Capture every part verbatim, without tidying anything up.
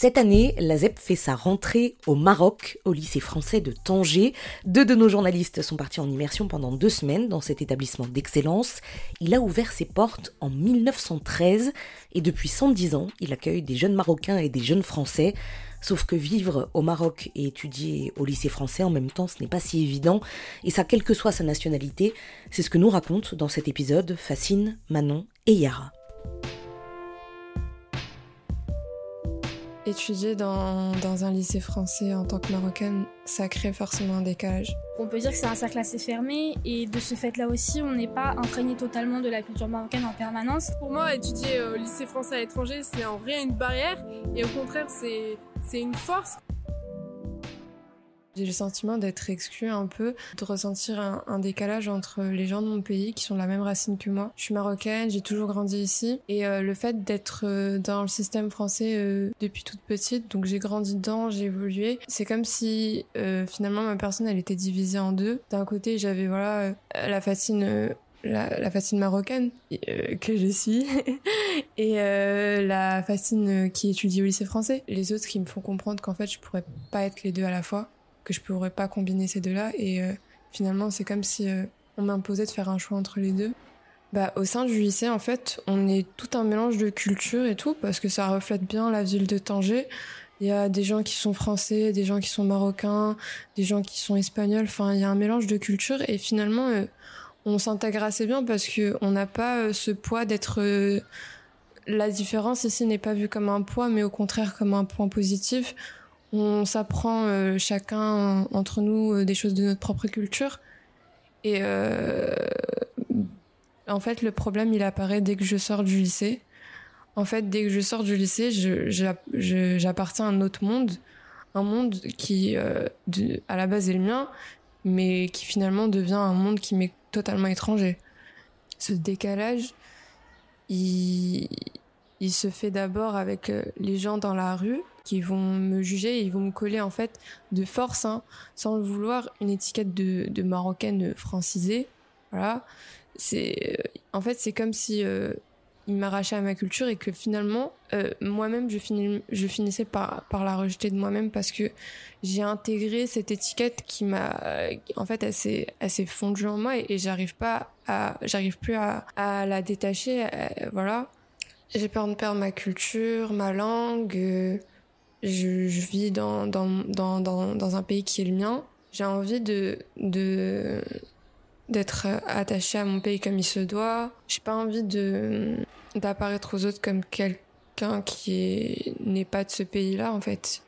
Cette année, la Z E P fait sa rentrée au Maroc, au lycée français de Tanger. Deux de nos journalistes sont partis en immersion pendant deux semaines dans cet établissement d'excellence. Il a ouvert ses portes en mille neuf cent treize et depuis cent dix ans, il accueille des jeunes Marocains et des jeunes Français. Sauf que vivre au Maroc et étudier au lycée français en même temps, ce n'est pas si évident. Et ça, quelle que soit sa nationalité, c'est ce que nous racontent dans cet épisode Facine, Manon et Yara. Étudier dans, dans un lycée français en tant que Marocaine, ça crée forcément un décalage. On peut dire que c'est un cercle assez fermé et de ce fait-là aussi, on n'est pas imprégné totalement de la culture marocaine en permanence. Pour moi, étudier au lycée français à l'étranger, c'est en rien une barrière et au contraire, c'est, c'est une force. J'ai le sentiment d'être exclue un peu, de ressentir un, un décalage entre les gens de mon pays qui sont de la même racine que moi. Je suis marocaine, j'ai toujours grandi ici et euh, le fait d'être euh, dans le système français euh, depuis toute petite, donc j'ai grandi dedans, j'ai évolué. C'est comme si euh, finalement ma personne elle était divisée en deux. D'un côté j'avais voilà euh, la Facine euh, La, la Facine marocaine euh, que je suis et euh, la Facine qui étudie au lycée français. Les autres qui me font comprendre qu'en fait je pourrais pas être les deux à la fois, que je pourrais pas combiner ces deux-là et euh, finalement c'est comme si euh, on m'imposait de faire un choix entre les deux. Bah au sein du lycée en fait on est tout un mélange de cultures et tout parce que ça reflète bien la ville de Tanger. Il y a des gens qui sont français, des gens qui sont marocains, des gens qui sont espagnols, enfin il y a un mélange de cultures et finalement euh, on s'intègre assez bien parce que on n'a pas euh, ce poids d'être euh, la différence ici n'est pas vue comme un poids mais au contraire comme un point positif. On s'apprend euh, chacun entre nous euh, des choses de notre propre culture. Et euh, en fait, le problème, il apparaît dès que je sors du lycée. En fait, dès que je sors du lycée, je, je, je, j'appartiens à un autre monde. Un monde qui, euh, de, à la base, est le mien, mais qui finalement devient un monde qui m'est totalement étranger. Ce décalage, il, il se fait d'abord avec les gens dans la rue, qui vont me juger et ils vont me coller en fait de force, hein, sans le vouloir, une étiquette de, de marocaine francisée. Voilà, c'est en fait c'est comme si euh, ils m'arrachaient à ma culture et que finalement euh, moi-même je, finis, je finissais par par la rejeter de moi-même parce que j'ai intégré cette étiquette qui m'a en fait elle s'est elle s'est fondue en moi et, et j'arrive pas à j'arrive plus à à la détacher. Euh, voilà, j'ai peur de perdre ma culture, ma langue. Euh, Je, je vis dans, dans, dans, dans, dans un pays qui est le mien. J'ai envie de, de, d'être attachée à mon pays comme il se doit. J'ai pas envie de, d'apparaître aux autres comme quelqu'un qui est, n'est pas de ce pays-là, en fait.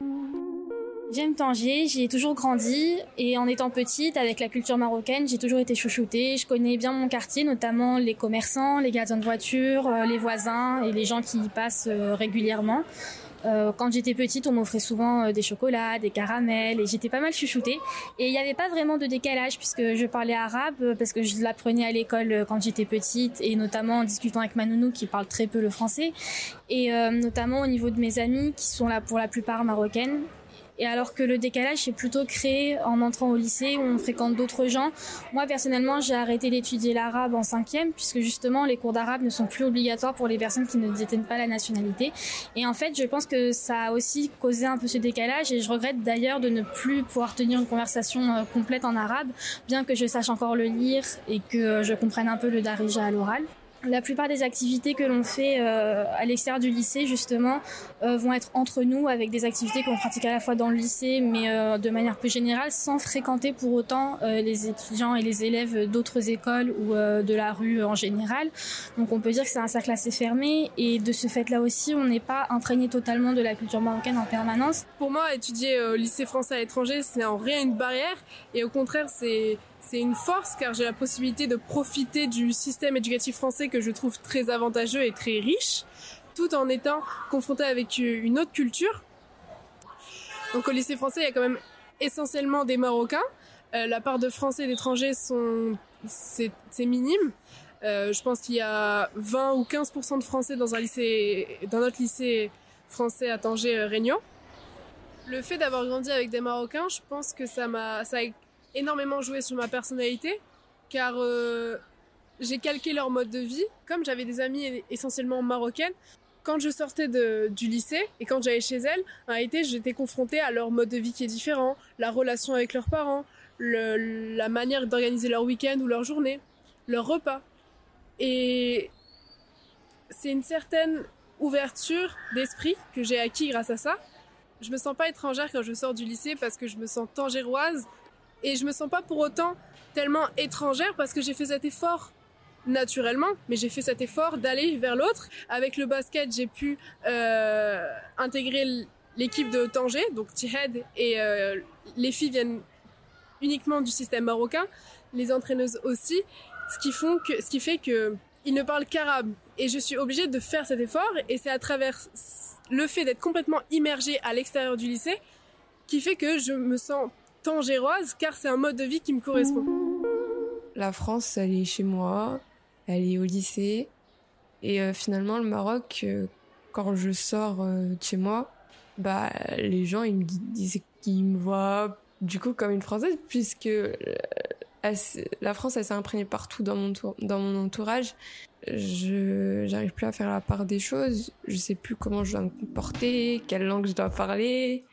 J'aime Tanger, j'y ai toujours grandi et en étant petite, avec la culture marocaine, j'ai toujours été chouchoutée. Je connais bien mon quartier, notamment les commerçants, les gardiens de voiture, les voisins et les gens qui y passent régulièrement. Euh, quand j'étais petite, on m'offrait souvent euh, des chocolats, des caramels et j'étais pas mal chouchoutée. Et il n'y avait pas vraiment de décalage puisque je parlais arabe, euh, parce que je l'apprenais à l'école euh, quand j'étais petite et notamment en discutant avec ma nounou qui parle très peu le français. Et euh, notamment au niveau de mes amies qui sont là pour la plupart marocaines. Et alors que le décalage est plutôt créé en entrant au lycée où on fréquente d'autres gens. Moi, personnellement, j'ai arrêté d'étudier l'arabe en cinquième puisque justement, les cours d'arabe ne sont plus obligatoires pour les personnes qui ne détiennent pas la nationalité. Et en fait, je pense que ça a aussi causé un peu ce décalage et je regrette d'ailleurs de ne plus pouvoir tenir une conversation complète en arabe, bien que je sache encore le lire et que je comprenne un peu le darija à l'oral. La plupart des activités que l'on fait euh, à l'extérieur du lycée, justement, euh, vont être entre nous, avec des activités qu'on pratique à la fois dans le lycée, mais euh, de manière plus générale, sans fréquenter pour autant euh, les étudiants et les élèves d'autres écoles ou euh, de la rue en général. Donc on peut dire que c'est un cercle assez fermé, et de ce fait-là aussi, on n'est pas imprégné totalement de la culture marocaine en permanence. Pour moi, étudier au lycée français à l'étranger, c'est en rien une barrière, et au contraire, c'est... C'est une force car j'ai la possibilité de profiter du système éducatif français que je trouve très avantageux et très riche, tout en étant confronté avec une autre culture. Donc au lycée français, il y a quand même essentiellement des Marocains. Euh, la part de Français et d'étrangers, sont, c'est, c'est minime. Euh, je pense qu'il y a vingt ou quinze pour cent de Français dans, un lycée, dans notre lycée français à Tanger-Réunion. Le fait d'avoir grandi avec des Marocains, je pense que ça m'a... Ça a énormément joué sur ma personnalité car euh, j'ai calqué leur mode de vie. Comme j'avais des amies essentiellement marocaines, quand je sortais de, du lycée et quand j'allais chez elles, en réalité, j'étais confrontée à leur mode de vie qui est différent, la relation avec leurs parents, le, la manière d'organiser leur week-end ou leur journée, leur repas. Et c'est une certaine ouverture d'esprit que j'ai acquis grâce à ça. Je me sens pas étrangère quand je sors du lycée parce que je me sens tangéroise et je me sens pas pour autant tellement étrangère parce que j'ai fait cet effort naturellement, mais j'ai fait cet effort d'aller vers l'autre. Avec le basket, j'ai pu euh, intégrer l'équipe de Tanger, donc Tihad, et euh, les filles viennent uniquement du système marocain, les entraîneuses aussi, ce qui, font que, ce qui fait que ils ne parlent qu'arabe. Et je suis obligée de faire cet effort, et c'est à travers le fait d'être complètement immergée à l'extérieur du lycée qui fait que je me sens tangéroise, car c'est un mode de vie qui me correspond. La France, elle est chez moi. Elle est au lycée. Et euh, finalement, le Maroc, euh, quand je sors euh, de chez moi, bah, les gens, ils me disent qu'ils me voient du coup comme une Française, puisque euh, elle, la France, elle s'est imprégnée partout dans mon, tour, dans mon entourage. Je j'arrive plus à faire la part des choses. Je sais plus comment je dois me comporter, quelle langue je dois parler.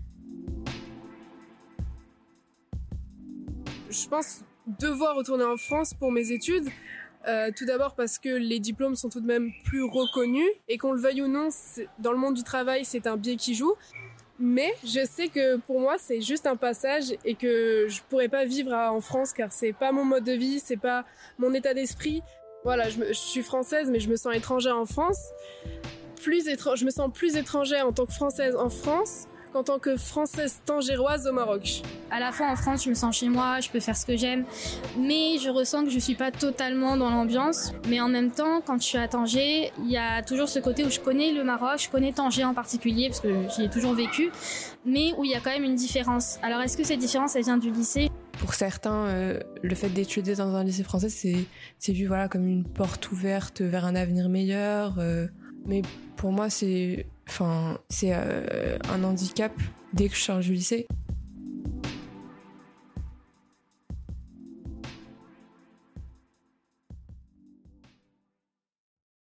Je pense devoir retourner en France pour mes études. Euh, tout d'abord parce que les diplômes sont tout de même plus reconnus et qu'on le veuille ou non, dans le monde du travail, c'est un biais qui joue. Mais je sais que pour moi, c'est juste un passage et que je pourrais pas vivre à, en France car c'est pas mon mode de vie, c'est pas mon état d'esprit. Voilà, je, me, je suis française, mais je me sens étrangère en France. Plus étrange, je me sens plus étrangère en tant que Française en France qu'en tant que Française tangéroise au Maroc. À la fois en France, je me sens chez moi, je peux faire ce que j'aime, mais je ressens que je suis pas totalement dans l'ambiance. Mais en même temps, quand je suis à Tanger, il y a toujours ce côté où je connais le Maroc, je connais Tanger en particulier parce que j'y ai toujours vécu, mais où il y a quand même une différence. Alors est-ce que cette différence, elle vient du lycée ? Pour certains, euh, le fait d'étudier dans un lycée français, c'est, c'est vu voilà, comme une porte ouverte vers un avenir meilleur. Euh, mais pour moi, c'est, enfin, c'est euh, un handicap dès que je sors du lycée.